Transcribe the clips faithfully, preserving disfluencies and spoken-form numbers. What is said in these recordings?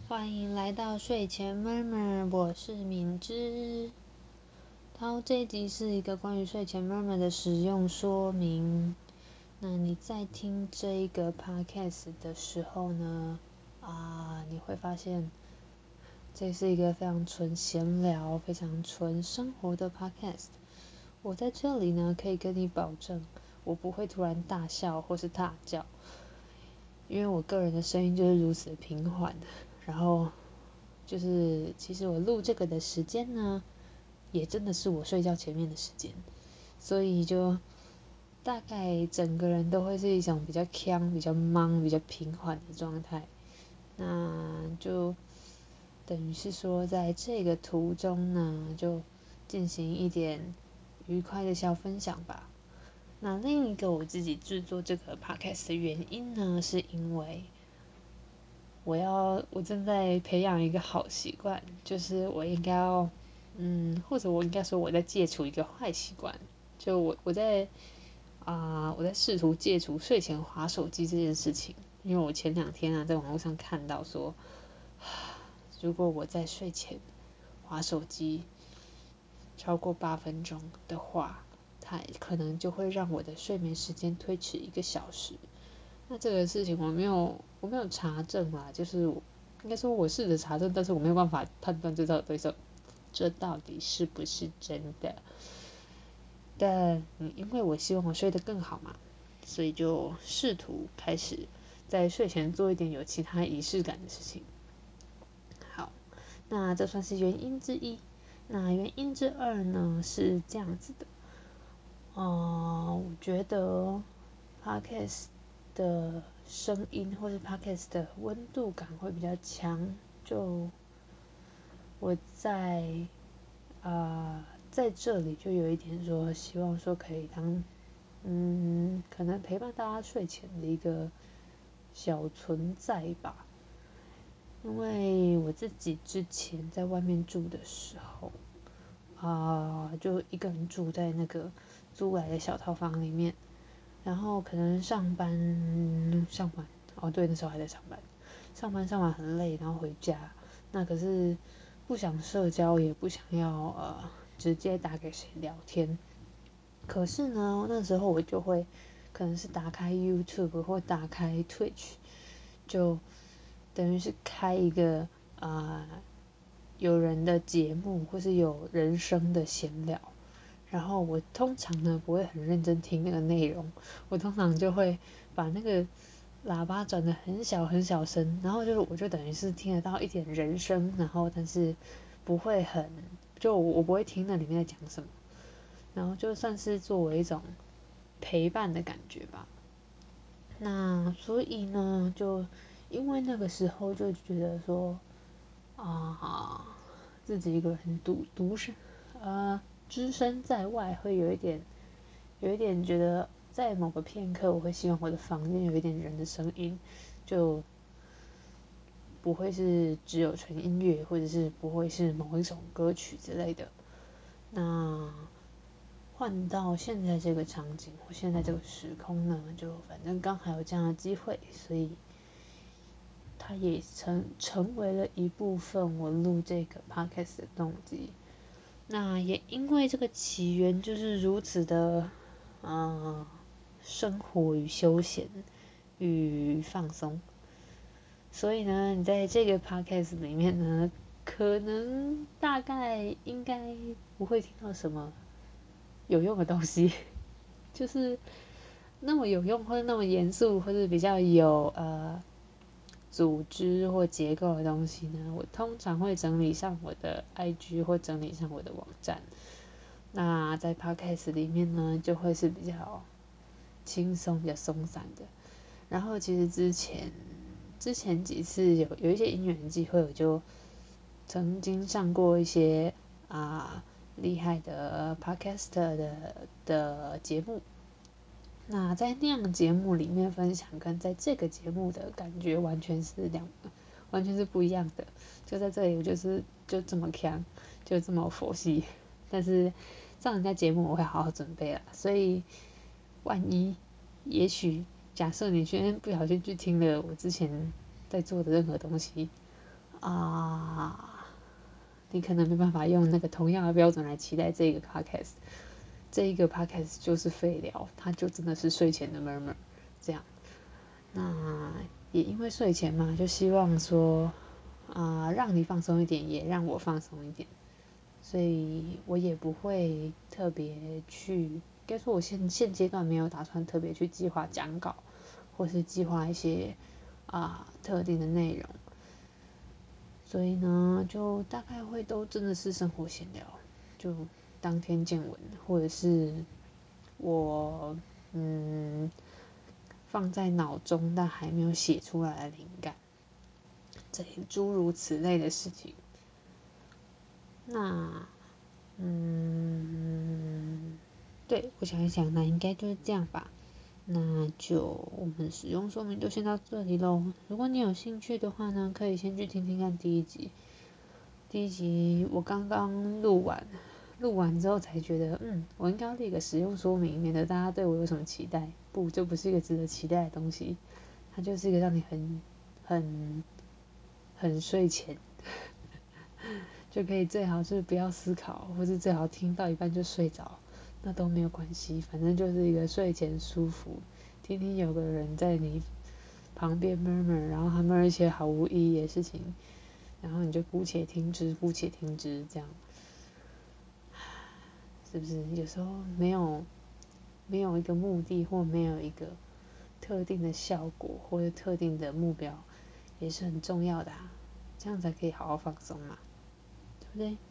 欢迎来到睡前 murmur， 我是敏之。好，这一集是一个关于睡前 murmur 的使用说明。那你在听这一个 podcast 的时候呢，啊，你会发现这是一个非常纯闲聊、非常纯生活的 podcast。我在这里呢，可以跟你保证，我不会突然大笑或是大叫，因为我个人的声音就是如此的平缓。然后就是，其实我录这个的时间呢，也真的是我睡觉前面的时间，所以就大概整个人都会是一种比较呛、比较忙、比较平缓的状态。那就等于是说，在这个途中呢，就进行一点愉快的小分享吧。那另一个我自己制作这个 podcast 的原因呢，是因为我要，我正在培养一个好习惯，就是我应该要，嗯，或者我应该说我在戒除一个坏习惯，就我我在啊、呃，我在试图戒除睡前滑手机这件事情，因为我前两天啊在网络上看到说，如果我在睡前滑手机超过八分钟的话，它可能就会让我的睡眠时间推迟一个小时。那这个事情我没有我没有查证啦，就是应该说我试着查证，但是我没有办法判断这到底这到底是不是真的。但因为我希望我睡得更好嘛，所以就试图开始在睡前做一点有其他仪式感的事情。好，那这算是原因之一。那原因之二呢是这样子的，呃，我觉得 podcast 的声音或是 podcast 的温度感会比较强。就我在啊、呃、在这里就有一点说，希望说可以当嗯可能陪伴大家睡前的一个小存在吧。因为我自己之前在外面住的时候啊、呃，就一个人住在那个租来的小套房里面。然后可能上班上完，哦对，那时候还在上班，上班上完很累，然后回家，那可是不想社交，也不想要呃直接打给谁聊天。可是呢，那时候我就会可能是打开 YouTube 或打开 Twitch，就等于是开一个啊、呃、有人的节目，或是有人声的闲聊。然后我通常呢不会很认真听那个内容，我通常就会把那个喇叭转得很小很小声，然后就我就等于是听得到一点人声，然后但是不会很，就我不会听那里面在讲什么，然后就算是作为一种陪伴的感觉吧。那所以呢，就因为那个时候就觉得说啊，自己一个人独独身，呃。只身在外会有一点，有一点觉得，在某个片刻，我会希望我的房间有一点人的声音，就不会是只有纯音乐，或者是不会是某一种歌曲之类的。那换到现在这个场景或现在这个时空呢，就反正刚好有这样的机会，所以它也成成为了一部分我录这个 podcast 的动机。那也因为这个起源就是如此的，呃，生活与休闲与放松，所以呢，你在这个 podcast 里面呢，可能大概应该不会听到什么有用的东西，就是那么有用或者那么严肃或者比较有呃组织或结构的东西呢，我通常会整理上我的 I G 或整理上我的网站。那在 podcast 里面呢，就会是比较轻松、比较松散的。然后其实之前之前几次有有一些因缘机会，我就曾经上过一些啊厉害的 podcaster 的的节目。那在那样的节目里面分享，跟在这个节目的感觉完全是两，完全是不一样的。就在这里，我就是就这么强，就这么佛系。但是上人家节目，我会好好准备了。所以万一，也许假设你今天不小心去听了我之前在做的任何东西啊、 啊，你可能没办法用那个同样的标准来期待这个 podcast。这一个 podcast 就是废聊，它就真的是睡前的 murmur 这样。那也因为睡前嘛，就希望说啊、呃，让你放松一点，也让我放松一点。所以我也不会特别去，应该说我现现阶段没有打算特别去计划讲稿，或是计划一些啊、呃、特定的内容。所以呢，就大概会都真的是生活闲聊，就当天见闻，或者是我嗯放在脑中但还没有写出来的灵感，这诸如此类的事情。那嗯，对，我想一想，那应该就是这样吧。那就我们使用说明就先到这里喽。如果你有兴趣的话呢，可以先去听听看第一集。第一集我刚刚录完，录完之后才觉得，嗯，我应该要列个使用说明，免得大家对我有什么期待。不，这不是一个值得期待的东西，它就是一个让你很、很、很睡前，就可以最好是不要思考，或是最好听到一半就睡着，那都没有关系，反正就是一个睡前舒服，听听有个人在你旁边 murmur， 然后他 murmur 一些毫无意义的事情，然后你就姑且听之，姑且听之，这样，是不是？有时候没有没有一个目的，或没有一个特定的效果，或者特定的目标，也是很重要的啊，这样才可以好好放松嘛，对不对？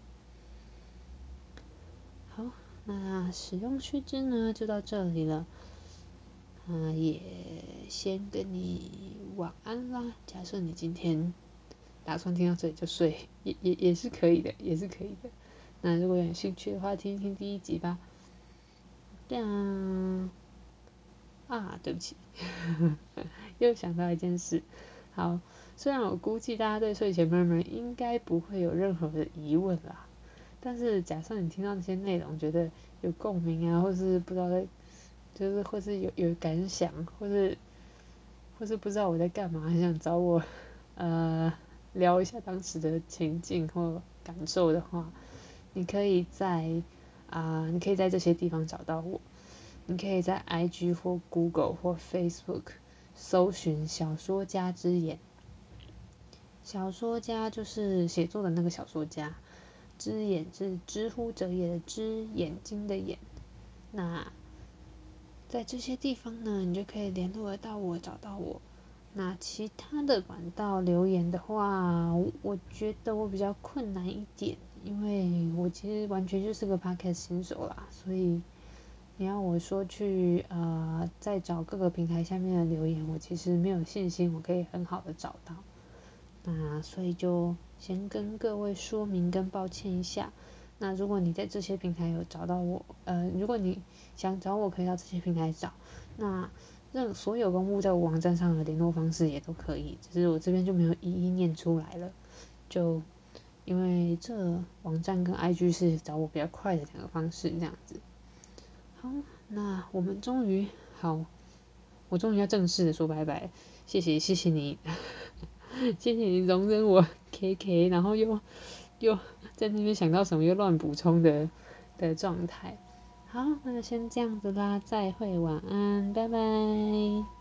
好，那使用须知呢就到这里了，啊，也先跟你晚安啦。假设你今天打算听到这里就睡，也也也是可以的，也是可以的。那如果有兴趣的话，听一听第一集吧。这样啊，对不起，又想到一件事。好，虽然我估计大家对睡前 murmur 应该不会有任何的疑问啦，但是假设你听到那些内容觉得有共鸣啊，或是不知道在，就是或是有有感想，或是或是不知道我在干嘛，很想找我呃聊一下当时的情境或感受的话，你可以在啊、呃，你可以在这些地方找到我。你可以在 I G 或 Google 或 Facebook 搜寻小说家之眼。小说家就是写作的那个小说家，之眼是知乎者也的知，眼睛的眼。那在这些地方呢，你就可以联络得到我，找到我。那其他的管道留言的话，我觉得我比较困难一点，因为我其实完全就是个 podcast 新手啦，所以你要我说去呃再找各个平台下面的留言，我其实没有信心我可以很好的找到。那所以就先跟各位说明跟抱歉一下。那如果你在这些平台有找到我，呃，如果你想找我，可以到这些平台找。那任所有公布在我网站上的联络方式也都可以，只是我这边就没有一一念出来了。就因为这网站跟 I G 是找我比较快的两个方式，这样子。好，那我们终于好，我终于要正式的说拜拜，谢谢谢谢你，谢谢你容忍我 K K，然后又又在那边想到什么又乱补充的的状态。好，那先这样子啦，再会，晚安，拜拜。